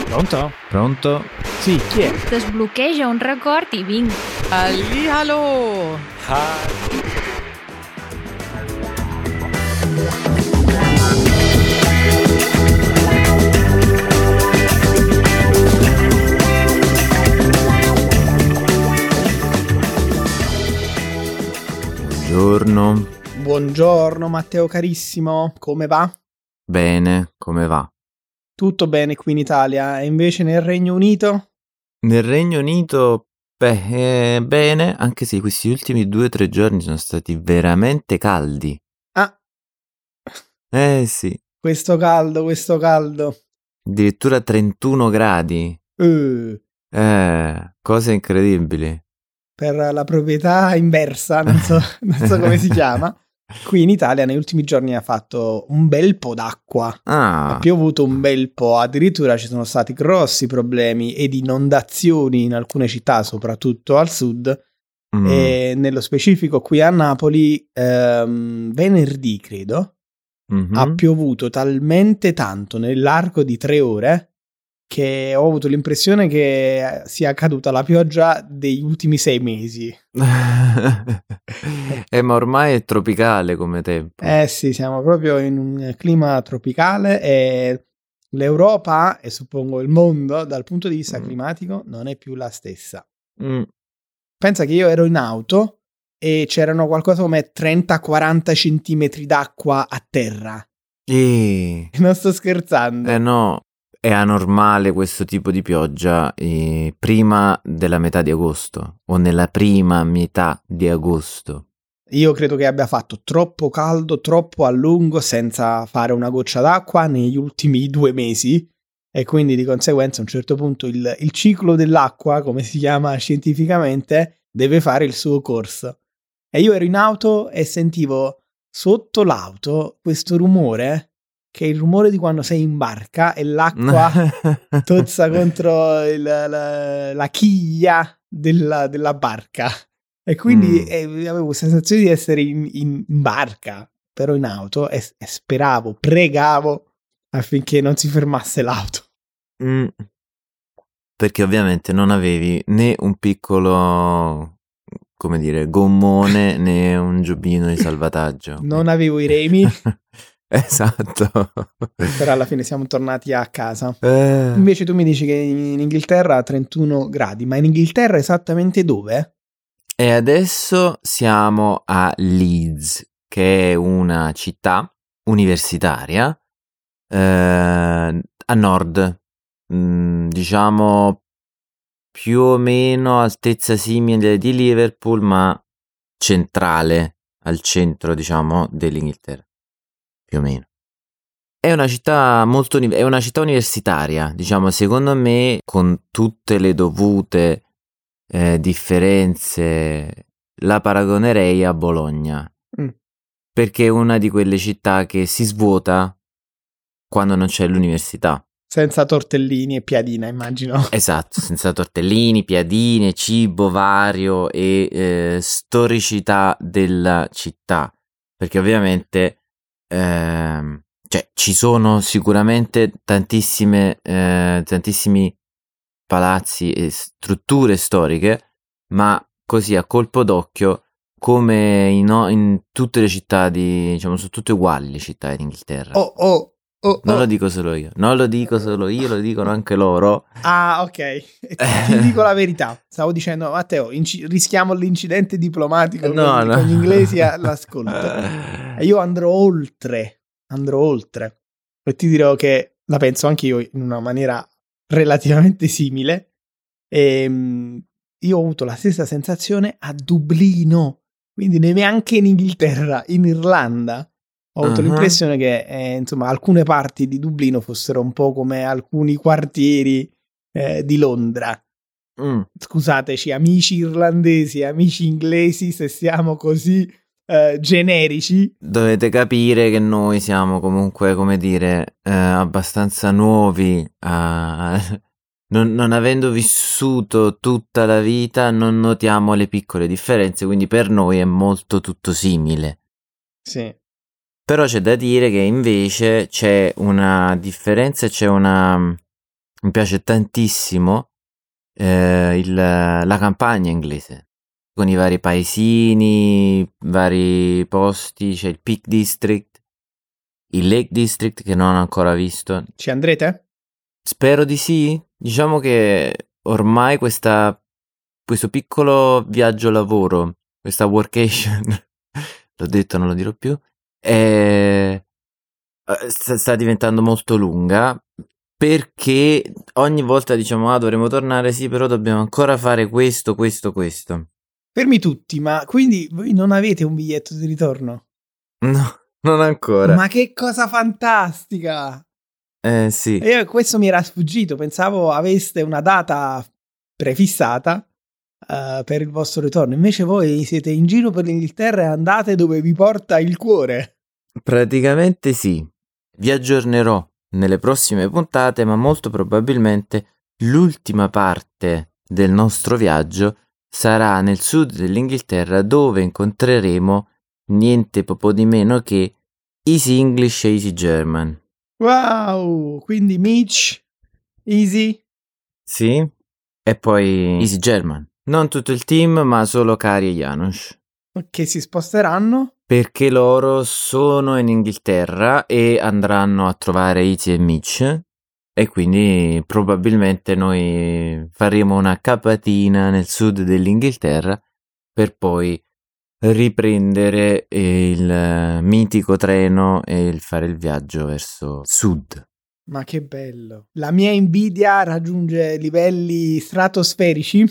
Pronto? Pronto? Sì, chi è? Desbloqueja un record i vinc. Hallihallo! Buongiorno. Buongiorno Matteo carissimo, come va? Bene, come va? Tutto bene qui in Italia, e invece nel Regno Unito? Nel Regno Unito, bene, anche se questi ultimi 2 o 3 giorni sono stati veramente caldi. Ah, Sì, questo caldo. addirittura 31 gradi. Cose incredibili. Per la proprietà inversa, non so come si chiama. Qui in Italia negli ultimi giorni ha fatto un bel po' d'acqua. Ha piovuto un bel po', addirittura ci sono stati grossi problemi ed inondazioni in alcune città, soprattutto al sud. E nello specifico qui a Napoli, venerdì credo, ha piovuto talmente tanto nell'arco di 3 ore che ho avuto l'impressione che sia caduta la pioggia degli ultimi 6 mesi. Ma ormai è tropicale come tempo. Sì, siamo proprio in un clima tropicale e l'Europa, e suppongo il mondo, dal punto di vista climatico, non è più la stessa. Pensa che io ero in auto e c'erano qualcosa come 30-40 centimetri d'acqua a terra. Non sto scherzando. No. È anormale questo tipo di pioggia prima della metà di agosto o nella prima metà di agosto. Io credo che abbia fatto troppo caldo, troppo a lungo senza fare una goccia d'acqua negli ultimi 2 mesi e quindi di conseguenza a un certo punto il ciclo dell'acqua, come si chiama scientificamente, deve fare il suo corso. E io ero in auto e sentivo sotto l'auto questo rumore che è il rumore di quando sei in barca e l'acqua tozza contro la chiglia della barca. E quindi avevo questa sensazione di essere in barca, però in auto, e speravo, pregavo affinché non si fermasse l'auto. Perché ovviamente non avevi né un piccolo, come dire, gommone né un giubbino di salvataggio. Non avevo i remi. Esatto. Però alla fine siamo tornati a casa. Invece tu mi dici che in Inghilterra ha 31 gradi, ma in Inghilterra esattamente dove? E adesso siamo a Leeds, che è una città universitaria a nord, diciamo più o meno altezza simile di Liverpool, ma centrale, al centro, diciamo, dell'Inghilterra. Più o meno. È una città è una città universitaria, diciamo, secondo me, con tutte le dovute differenze, la paragonerei a Bologna. Perché è una di quelle città che si svuota quando non c'è l'università. Senza tortellini e piadina, immagino. Esatto, senza tortellini, piadine, cibo vario e storicità della città. Perché ovviamente ci sono sicuramente tantissimi palazzi e strutture storiche, ma così a colpo d'occhio, come in tutte le città diciamo, sono tutte uguali le città d'Inghilterra. Non lo dico solo io, lo dicono anche loro. Ah, ok. Ti dico la verità. Stavo dicendo, Matteo, rischiamo l'incidente diplomatico con gli inglesi all'ascolto. E io andrò oltre. E ti dirò che la penso anche io in una maniera relativamente simile. Io ho avuto la stessa sensazione a Dublino, quindi neanche in Inghilterra, in Irlanda. Ho avuto l'impressione che insomma alcune parti di Dublino fossero un po' come alcuni quartieri di Londra. Scusateci, amici irlandesi, amici inglesi, se siamo così generici. Dovete capire che noi siamo comunque, come dire, abbastanza nuovi, non avendo vissuto tutta la vita, non notiamo le piccole differenze, quindi per noi è molto tutto simile. Sì. Però c'è da dire che invece c'è una differenza, c'è una Mi piace tantissimo la campagna inglese, con i vari paesini, vari posti, c'è il Peak District, il Lake District che non ho ancora visto. Ci andrete? Spero di sì. Diciamo che ormai questo piccolo viaggio lavoro, questa workation, l'ho detto, non lo dirò più, sta diventando molto lunga, perché ogni volta diciamo dovremo tornare, sì, però dobbiamo ancora fare questo. Fermi tutti, ma quindi voi non avete un biglietto di ritorno? No, non ancora. Ma che cosa fantastica! Sì. E questo mi era sfuggito, pensavo aveste una data prefissata per il vostro ritorno, invece voi siete in giro per l'Inghilterra e andate dove vi porta il cuore. Praticamente sì. Vi aggiornerò nelle prossime puntate, ma molto probabilmente l'ultima parte del nostro viaggio sarà nel sud dell'Inghilterra, dove incontreremo niente poco di meno che Easy English e Easy German. Wow! Quindi Mitch, Easy? Sì, e poi Easy German. Non tutto il team, ma solo Kari e Janusz. Che si sposteranno? Perché loro sono in Inghilterra e andranno a trovare Easy e Mitch, e quindi probabilmente noi faremo una capatina nel sud dell'Inghilterra per poi riprendere il mitico treno e fare il viaggio verso sud. Ma che bello. La mia invidia raggiunge livelli stratosferici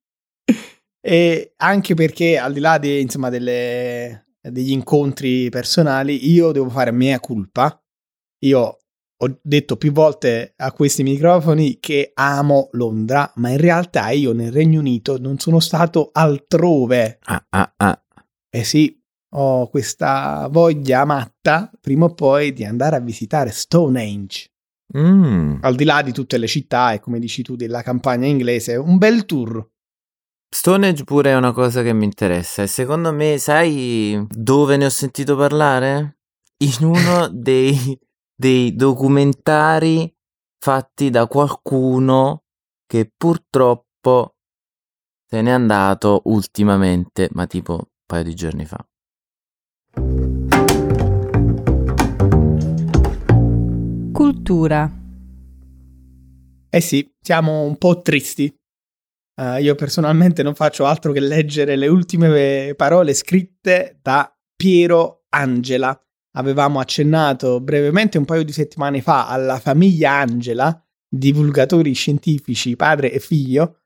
e anche perché al di là degli incontri personali, io devo fare mea culpa. Io ho detto più volte a questi microfoni che amo Londra, ma in realtà io nel Regno Unito non sono stato altrove. Eh sì, ho questa voglia matta prima o poi di andare a visitare Stonehenge. Al di là di tutte le città e come dici tu della campagna inglese, un bel tour. Stonehenge pure è una cosa che mi interessa e secondo me, sai dove ne ho sentito parlare? In uno dei documentari fatti da qualcuno che purtroppo se n'è andato ultimamente, ma tipo un paio di giorni fa. Cultura. Eh sì, siamo un po' tristi. Io personalmente non faccio altro che leggere le ultime parole scritte da Piero Angela. Avevamo accennato brevemente un paio di settimane fa alla famiglia Angela, divulgatori scientifici, padre e figlio,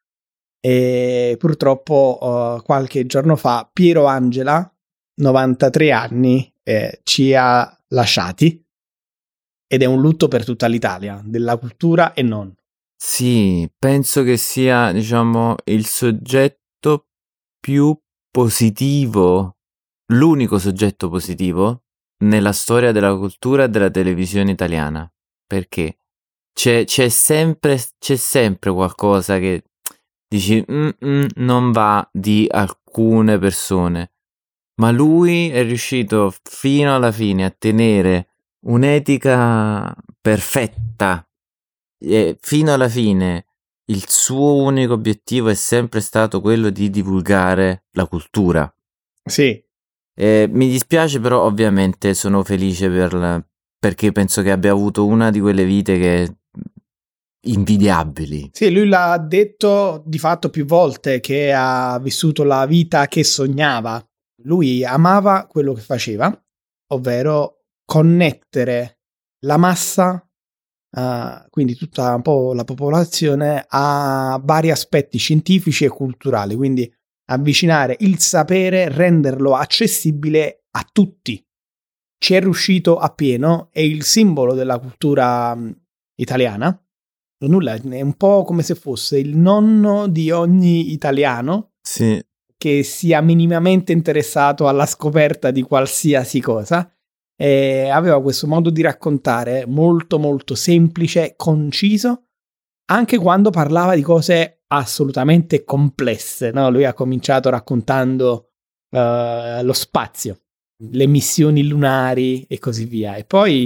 e purtroppo qualche giorno fa Piero Angela, 93 anni, ci ha lasciati, ed è un lutto per tutta l'Italia, della cultura e non. Sì, penso che sia, diciamo, il soggetto più positivo, l'unico soggetto positivo nella storia della cultura e della televisione italiana, perché c'è sempre qualcosa che dici non va di alcune persone, ma lui è riuscito fino alla fine a tenere un'etica perfetta. E fino alla fine il suo unico obiettivo è sempre stato quello di divulgare la cultura. Sì. Mi dispiace, però ovviamente sono felice perché penso che abbia avuto una di quelle vite che invidiabili. Sì, lui l'ha detto di fatto più volte che ha vissuto la vita che sognava. Lui amava quello che faceva, ovvero connettere la massa, quindi tutta un po' la popolazione, a vari aspetti scientifici e culturali, quindi avvicinare il sapere, renderlo accessibile a tutti. Ci è riuscito appieno, è il simbolo della cultura italiana. Nulla, è un po' come se fosse il nonno di ogni italiano, sì, che sia minimamente interessato alla scoperta di qualsiasi cosa. E aveva questo modo di raccontare molto molto semplice, conciso, anche quando parlava di cose assolutamente complesse, no? Lui ha cominciato raccontando lo spazio, le missioni lunari e così via, e poi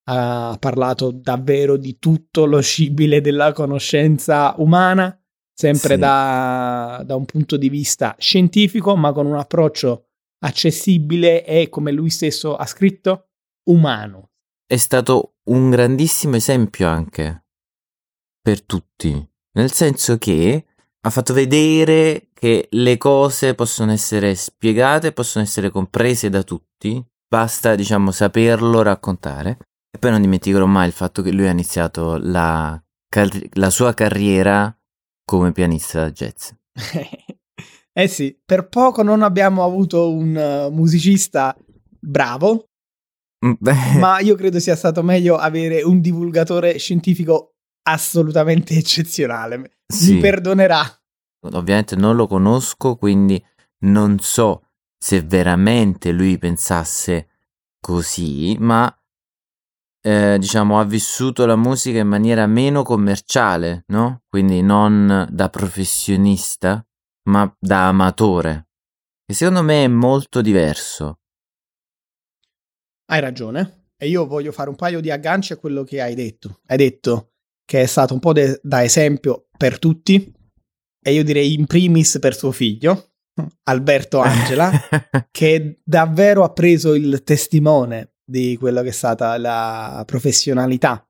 ha parlato davvero di tutto lo scibile della conoscenza umana, sempre da un punto di vista scientifico, ma con un approccio accessibile e, come lui stesso ha scritto, umano. È stato un grandissimo esempio anche per tutti, nel senso che ha fatto vedere che le cose possono essere spiegate, possono essere comprese da tutti, basta, diciamo, saperlo raccontare. E poi non dimenticherò mai il fatto che lui ha iniziato la sua carriera come pianista jazz. Eh sì, per poco non abbiamo avuto un musicista bravo, ma io credo sia stato meglio avere un divulgatore scientifico assolutamente eccezionale. Sì. Mi perdonerà. Ovviamente non lo conosco, quindi non so se veramente lui pensasse così, ma diciamo ha vissuto la musica in maniera meno commerciale, no? Quindi non da professionista, ma da amatore. E secondo me è molto diverso. Hai ragione. E io voglio fare un paio di agganci a quello che hai detto. Hai detto che è stato un po' da esempio per tutti, e io direi in primis per suo figlio, Alberto Angela, che davvero ha preso il testimone di quello che è stata la professionalità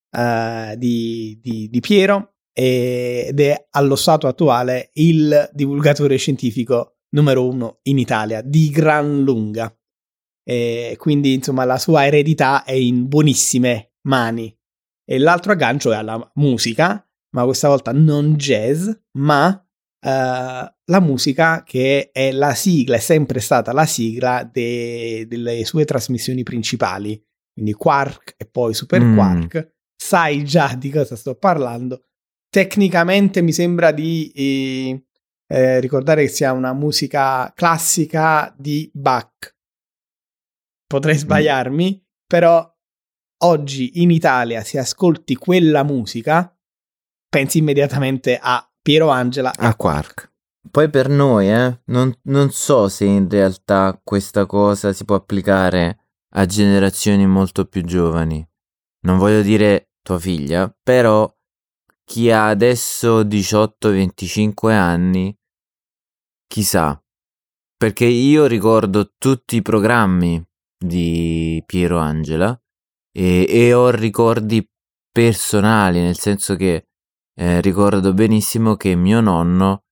di Piero, ed è allo stato attuale il divulgatore scientifico numero 1 in Italia, di gran lunga. E quindi insomma la sua eredità è in buonissime mani. E l'altro aggancio è alla musica, ma questa volta non jazz, ma la musica che è la sigla, è sempre stata la sigla delle sue trasmissioni principali, quindi Quark e poi Super Quark. Sai già di cosa sto parlando. Tecnicamente mi sembra di ricordare che sia una musica classica di Bach. Potrei sbagliarmi, però oggi in Italia se ascolti quella musica pensi immediatamente a Piero Angela e a Quark. Poi per noi non so se in realtà questa cosa si può applicare a generazioni molto più giovani. Non voglio dire tua figlia, però chi ha adesso 18-25 anni, chissà, perché io ricordo tutti i programmi di Piero Angela e ho ricordi personali, nel senso che ricordo benissimo che mio nonno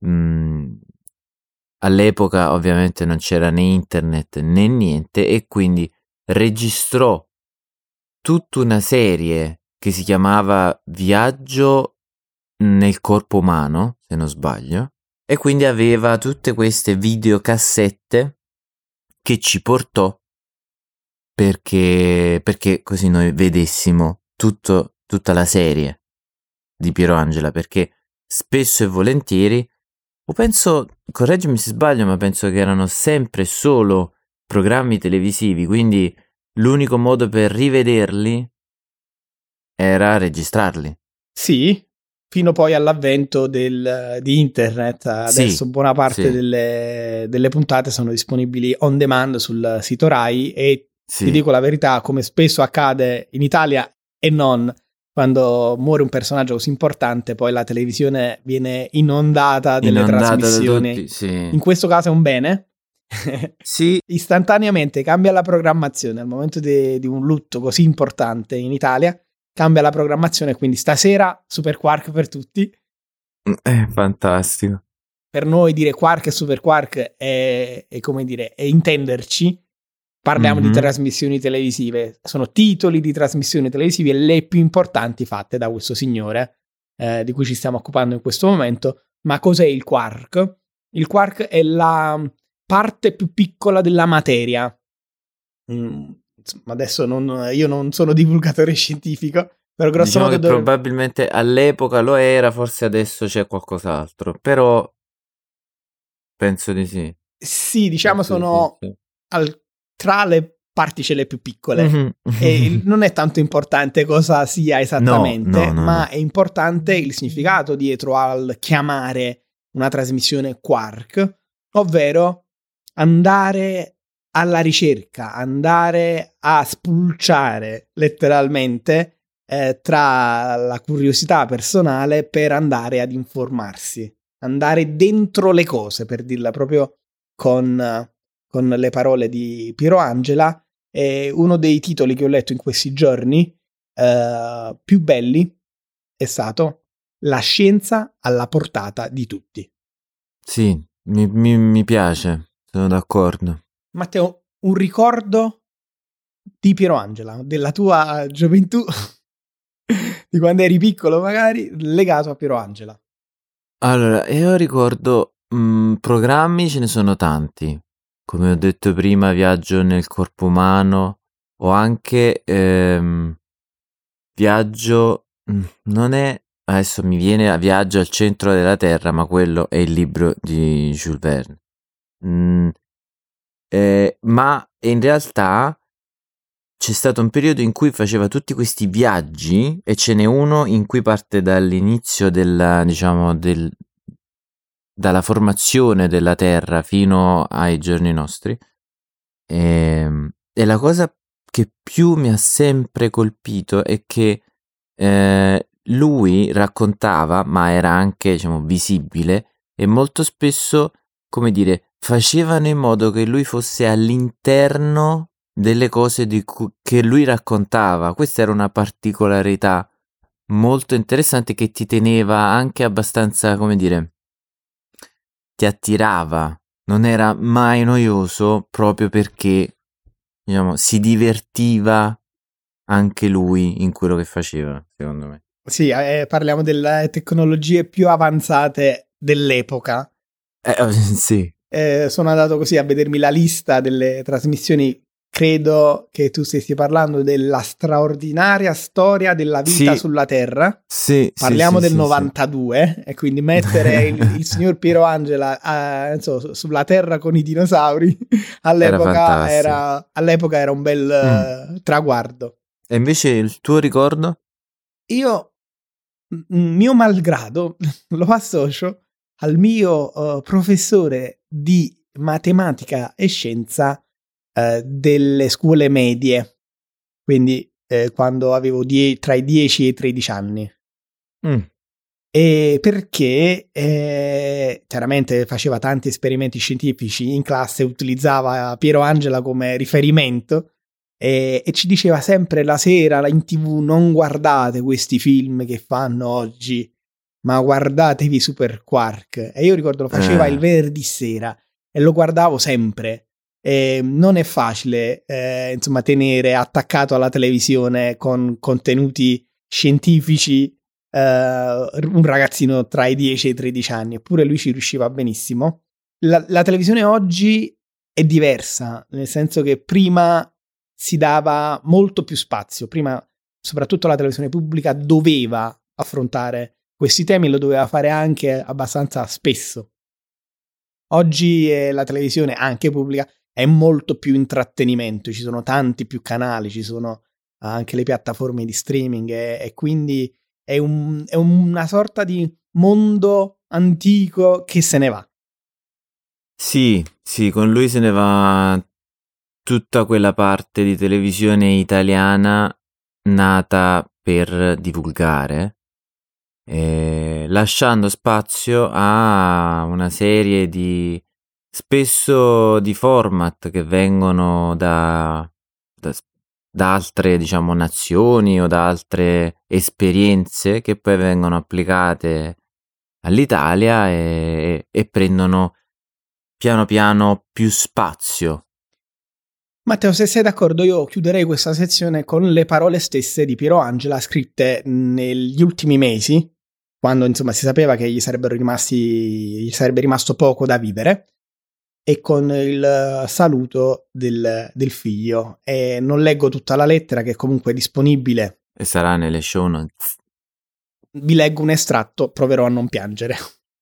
all'epoca ovviamente non c'era né internet né niente, e quindi registrò tutta una serie che si chiamava Viaggio nel corpo umano, se non sbaglio, e quindi aveva tutte queste videocassette che ci portò perché così noi vedessimo tutta la serie di Piero Angela, perché spesso e volentieri, o penso, correggimi se sbaglio, ma penso che erano sempre solo programmi televisivi, quindi l'unico modo per rivederli era registrarli. Sì, fino poi all'avvento di internet. Adesso buona parte delle puntate sono disponibili on demand sul sito Rai, e ti dico la verità, come spesso accade in Italia e non, quando muore un personaggio così importante, poi la televisione viene inondata delle trasmissioni. In questo caso è un bene. Sì. Istantaneamente cambia la programmazione al momento di un lutto così importante in Italia. Cambia la programmazione, quindi stasera Super Quark per tutti. È fantastico. Per noi dire Quark e Super Quark è come dire, è intenderci. Parliamo di trasmissioni televisive, sono titoli di trasmissioni televisive le più importanti fatte da questo signore di cui ci stiamo occupando in questo momento. Ma cos'è il quark? Il quark è la parte più piccola della materia. Adesso io non sono divulgatore scientifico, però grosso modo probabilmente all'epoca lo era, forse adesso c'è qualcos'altro, però penso di sì. Sì, diciamo sono tra le particelle più piccole. E non è tanto importante cosa sia esattamente, ma è importante il significato dietro al chiamare una trasmissione quark, ovvero andare alla ricerca, andare a spulciare letteralmente tra la curiosità personale per andare ad informarsi, andare dentro le cose, per dirla proprio con le parole di Piero Angela. È uno dei titoli che ho letto in questi giorni più belli è stato La scienza alla portata di tutti. Sì, mi piace, sono d'accordo. Matteo, un ricordo di Piero Angela, della tua gioventù, di quando eri piccolo magari, legato a Piero Angela. Allora, io ricordo programmi, ce ne sono tanti. Come ho detto prima, Viaggio nel corpo umano, o anche Viaggio, non è, adesso mi viene a Viaggio al centro della Terra, ma quello è il libro di Jules Verne. Ma in realtà c'è stato un periodo in cui faceva tutti questi viaggi, e ce n'è uno in cui parte dall'inizio dalla formazione della Terra fino ai giorni nostri. E la cosa che più mi ha sempre colpito è che lui raccontava, ma era anche, diciamo, visibile, e molto spesso, come dire, facevano in modo che lui fosse all'interno delle cose che lui raccontava. Questa era una particolarità molto interessante che ti teneva anche abbastanza, come dire, ti attirava, non era mai noioso, proprio perché, diciamo, si divertiva anche lui in quello che faceva, secondo me. Sì, parliamo delle tecnologie più avanzate dell'epoca. Sì. Sono andato così a vedermi la lista delle trasmissioni. Credo che tu stessi parlando della straordinaria storia della vita sulla Terra. Sì. Parliamo del 92, e quindi mettere il signor Piero Angela sulla Terra con i dinosauri all'epoca era un bel traguardo. E invece il tuo ricordo? Io, mio malgrado, lo associo al mio professore di matematica e scienza delle scuole medie, quindi quando avevo tra i 10 e i 13 anni. E perché chiaramente faceva tanti esperimenti scientifici in classe, utilizzava Piero Angela come riferimento e ci diceva sempre la sera in TV: non guardate questi film che fanno oggi, ma guardatevi Super Quark. E io ricordo lo faceva il venerdì sera e lo guardavo sempre. Non è facile tenere attaccato alla televisione con contenuti scientifici un ragazzino tra i 10 e i 13 anni, eppure lui ci riusciva benissimo. La televisione oggi è diversa, nel senso che prima si dava molto più spazio, prima soprattutto la televisione pubblica doveva affrontare questi temi e lo doveva fare anche abbastanza spesso. Oggi la televisione, anche pubblica, è molto più intrattenimento, ci sono tanti più canali, ci sono anche le piattaforme di streaming e quindi è una sorta di mondo antico che se ne va. Sì, con lui se ne va tutta quella parte di televisione italiana nata per divulgare, lasciando spazio a una serie di spesso di format che vengono da altre, diciamo, nazioni o da altre esperienze che poi vengono applicate all'Italia e prendono piano piano più spazio. Matteo, se sei d'accordo, io chiuderei questa sezione con le parole stesse di Piero Angela scritte negli ultimi mesi, quando insomma si sapeva che gli sarebbe rimasto poco da vivere, e con il saluto del figlio. E non leggo tutta la lettera, che comunque è disponibile e sarà nelle show notes. Vi leggo un estratto, proverò a non piangere.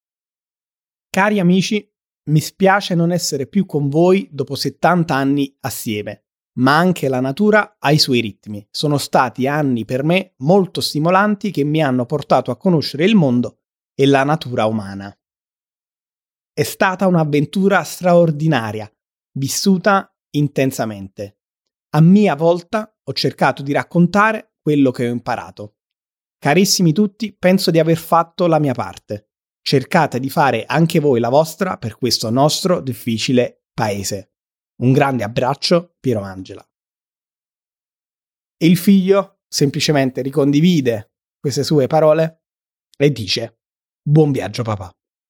Cari amici, mi spiace non essere più con voi dopo 70 anni assieme, ma anche la natura ha i suoi ritmi. Sono stati anni per me molto stimolanti che mi hanno portato a conoscere il mondo e la natura umana. È stata un'avventura straordinaria, vissuta intensamente. A mia volta ho cercato di raccontare quello che ho imparato. Carissimi tutti, penso di aver fatto la mia parte. Cercate di fare anche voi la vostra per questo nostro difficile paese. Un grande abbraccio, Piero Angela. E il figlio semplicemente ricondivide queste sue parole e dice: buon viaggio papà.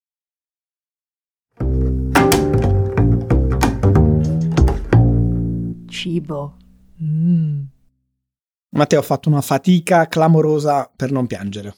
Cibo. Matteo ha fatto una fatica clamorosa per non piangere.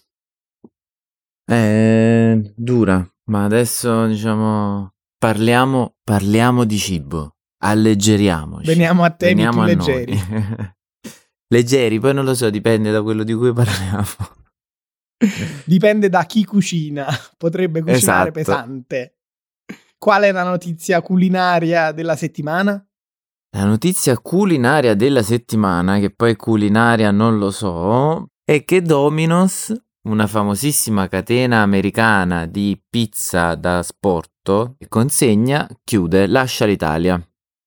Dura, ma adesso diciamo parliamo di cibo, alleggeriamoci. Veniamo a temi Veniamo più a leggeri. noi. Leggeri, poi non lo so, dipende da quello di cui parliamo. Dipende da chi cucina, potrebbe cucinare pesante. Qual è la notizia culinaria della settimana? La notizia culinaria della settimana, che poi culinaria non lo so, è che Domino's, una famosissima catena americana di pizza da asporto e consegna, chiude, lascia l'Italia.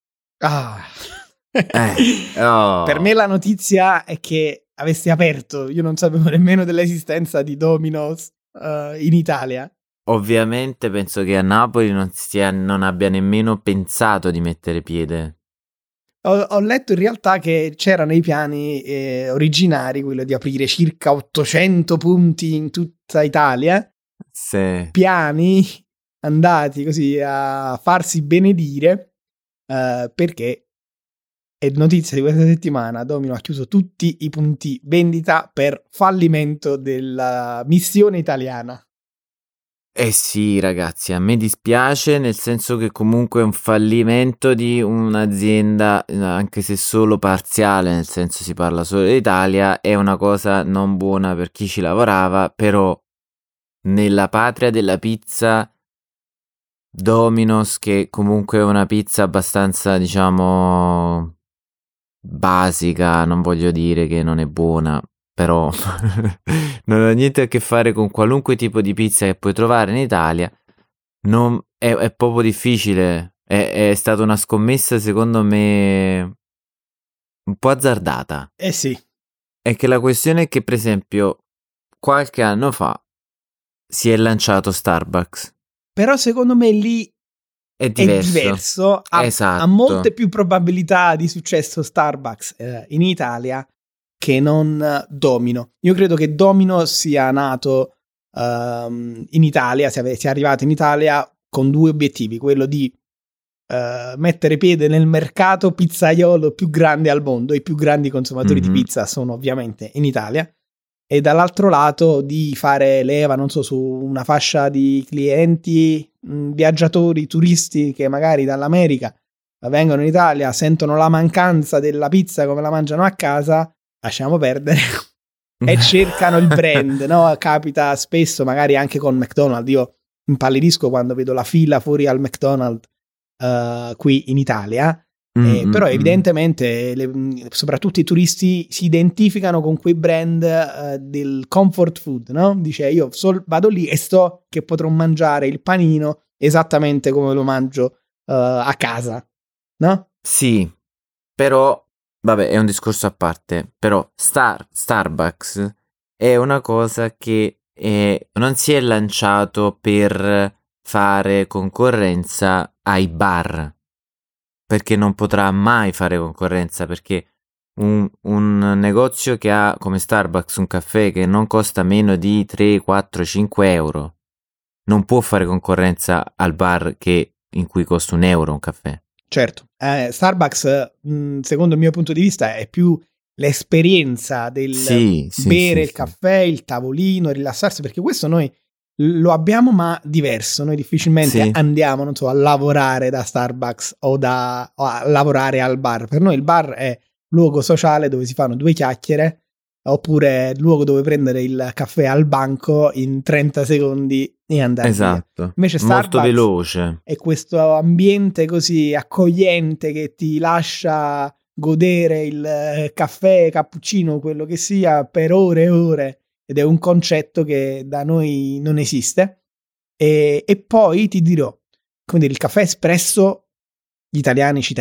Per me la notizia è che avessi aperto, io non sapevo nemmeno dell'esistenza di Domino's in Italia. Ovviamente penso che a Napoli non abbia nemmeno pensato di mettere piede. Ho letto in realtà che c'era nei piani originari quello di aprire circa 800 punti in tutta Italia. Sì. Piani andati così a farsi benedire perché è notizia di questa settimana, Domino ha chiuso tutti i punti vendita per fallimento della missione italiana. Eh sì, ragazzi, a me dispiace, nel senso che comunque è un fallimento di un'azienda, anche se solo parziale, nel senso si parla solo d'Italia, è una cosa non buona per chi ci lavorava, però nella patria della pizza, Domino's, che comunque è una pizza abbastanza, diciamo, basica, non voglio dire che non è buona, però non ha niente a che fare con qualunque tipo di pizza che puoi trovare in Italia. È proprio difficile. È stata una scommessa, secondo me, un po' azzardata. Sì. È che la questione è che, per esempio, qualche anno fa si è lanciato Starbucks. Però secondo me lì è diverso. Ha molte più probabilità di successo Starbucks in Italia che non Domino. Io credo che Domino sia nato in Italia, sia arrivato in Italia con due obiettivi, quello di mettere piede nel mercato pizzaiolo più grande al mondo. I più grandi consumatori di pizza sono ovviamente in Italia, e dall'altro lato di fare leva, non so, su una fascia di clienti, viaggiatori, turisti che magari dall'America vengono in Italia, sentono la mancanza della pizza come la mangiano a casa, lasciamo perdere, e cercano il brand, no? Capita spesso magari anche con McDonald's. Io impallidisco quando vedo la fila fuori al McDonald's qui in Italia. Però evidentemente soprattutto i turisti si identificano con quei brand del comfort food, no? Dice, io vado lì e so che potrò mangiare il panino esattamente come lo mangio a casa, no? Sì, però vabbè, è un discorso a parte. Però Starbucks è una cosa che non si è lanciato per fare concorrenza ai bar, perché non potrà mai fare concorrenza, perché un negozio che ha come Starbucks un caffè che non costa meno di 3, 4, 5 euro non può fare concorrenza al bar in cui costa €1 un caffè. Certo, Starbucks, secondo il mio punto di vista, è più l'esperienza del bere il caffè, il tavolino, rilassarsi, perché questo noi lo abbiamo ma diverso. Noi difficilmente andiamo, non so, a lavorare da Starbucks o a lavorare al bar. Per noi il bar è luogo sociale dove si fanno due chiacchiere, oppure luogo dove prendere il caffè al banco in 30 secondi e andare via. Invece Starbucks molto veloce. È questo ambiente così accogliente che ti lascia godere il caffè, cappuccino, quello che sia, per ore e ore. Ed è un concetto che da noi non esiste. E poi ti dirò, come dire, il caffè espresso gli italiani ci tengono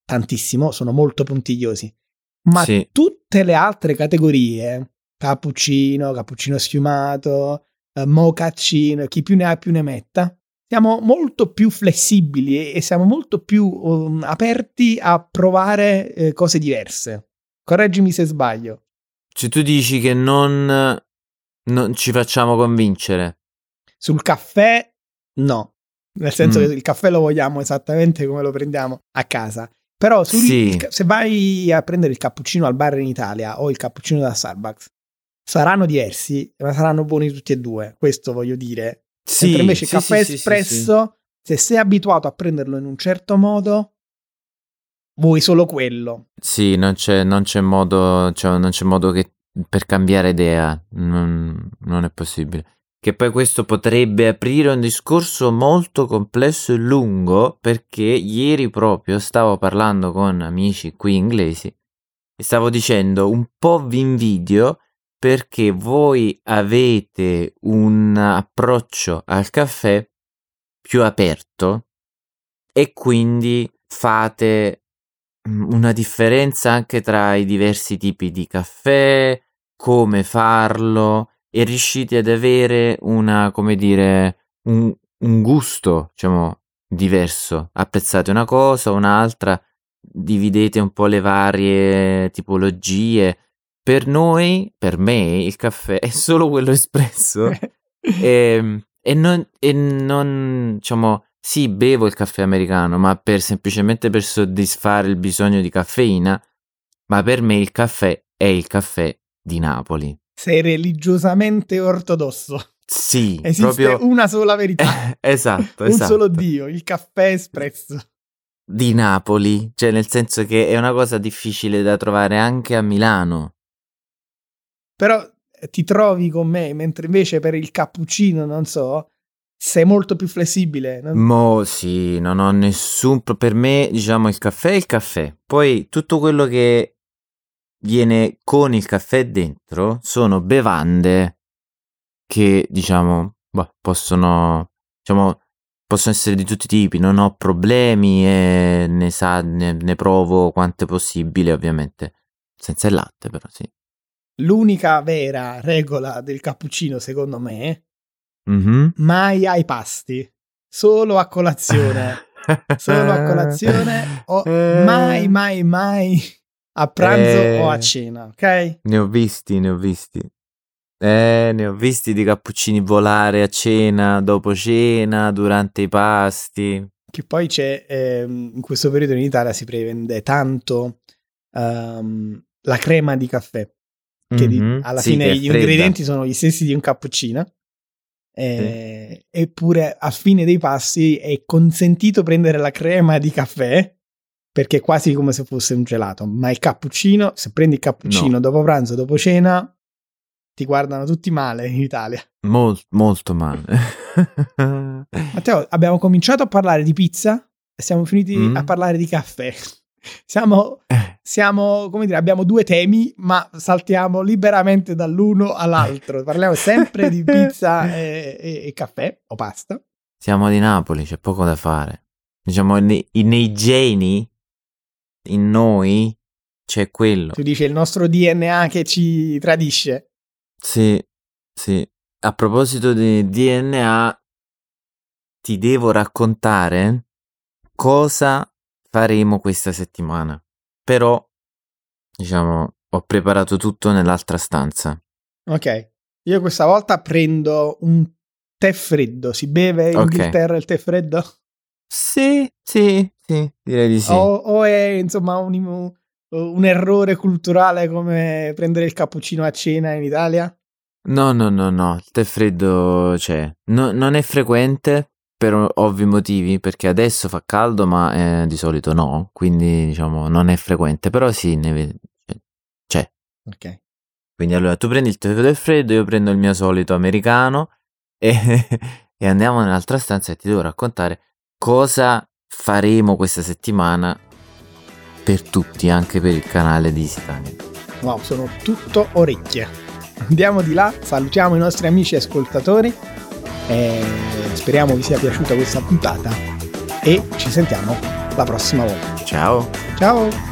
tantissimo, sono molto puntigliosi. Ma tutte le altre categorie, cappuccino schiumato, mochaccino, chi più ne ha più ne metta, siamo molto più flessibili e siamo molto più aperti a provare cose diverse. Correggimi se sbaglio. Se tu dici che non ci facciamo convincere. Sul caffè, no. Nel senso che il caffè lo vogliamo esattamente come lo prendiamo a casa. Però se vai a prendere il cappuccino al bar in Italia o il cappuccino da Starbucks, saranno diversi, ma saranno buoni tutti e due. Questo voglio dire. Mentre invece il caffè espresso, se sei abituato a prenderlo in un certo modo, vuoi solo quello. Sì, non c'è modo, cioè non c'è modo che per cambiare idea, non è possibile. Che poi questo potrebbe aprire un discorso molto complesso e lungo, perché ieri proprio stavo parlando con amici qui inglesi e stavo dicendo un po' vi invidio perché voi avete un approccio al caffè più aperto e quindi fate una differenza anche tra i diversi tipi di caffè, come farlo, e riuscite ad avere un gusto, diciamo, diverso. Apprezzate una cosa o un'altra, dividete un po' le varie tipologie. Per me, il caffè è solo quello espresso e non, diciamo, sì, bevo il caffè americano, ma semplicemente per soddisfare il bisogno di caffeina, ma per me il caffè è il caffè di Napoli. Sei religiosamente ortodosso. Sì, esiste proprio una sola verità. Esatto. Un solo Dio, il caffè espresso. Di Napoli, cioè nel senso che è una cosa difficile da trovare anche a Milano. Però ti trovi con me, mentre invece per il cappuccino, non so, sei molto più flessibile. Sì, non ho nessun... Per me, diciamo, il caffè è il caffè. Poi tutto quello che viene con il caffè dentro sono bevande che, diciamo, possono essere di tutti i tipi. Non ho problemi e ne provo quante possibile, ovviamente. Senza il latte, però sì. L'unica vera regola del cappuccino, secondo me, mai ai pasti, solo a colazione. Solo a colazione o mai a pranzo o a cena, ok? Ne ho visti di cappuccini volare a cena, dopo cena, durante i pasti. Che poi c'è, in questo periodo in Italia si prevede tanto la crema di caffè, che alla fine gli ingredienti sono gli stessi di un cappuccino, eppure a fine dei pasti è consentito prendere la crema di caffè, perché è quasi come se fosse un gelato. Ma il cappuccino, se prendi il cappuccino dopo pranzo, dopo cena, ti guardano tutti male in Italia. Molto male. Matteo, abbiamo cominciato a parlare di pizza e siamo finiti a parlare di caffè. Siamo, come dire, abbiamo due temi, ma saltiamo liberamente dall'uno all'altro. Parliamo sempre di pizza e caffè o pasta. Siamo di Napoli, c'è poco da fare. Diciamo, nei geni, in noi, c'è quello. Tu dici il nostro DNA che ci tradisce. Sì. A proposito di DNA, ti devo raccontare cosa faremo questa settimana. Però, diciamo, ho preparato tutto nell'altra stanza. Ok. Io questa volta prendo un tè freddo. Si beve in Inghilterra il tè freddo? Sì, direi di sì. O è, insomma, un errore culturale come prendere il cappuccino a cena in Italia? No, il tè freddo c'è. Non è frequente per ovvi motivi, perché adesso fa caldo, ma di solito no, quindi diciamo non è frequente, però sì, c'è. Ok. Quindi allora tu prendi il tè freddo, io prendo il mio solito americano e andiamo nell'altra stanza e ti devo raccontare cosa faremo questa settimana per tutti, anche per il canale di Easytalian. Wow, sono tutto orecchie. Andiamo di là, salutiamo i nostri amici ascoltatori e speriamo vi sia piaciuta questa puntata e ci sentiamo la prossima volta. Ciao! Ciao.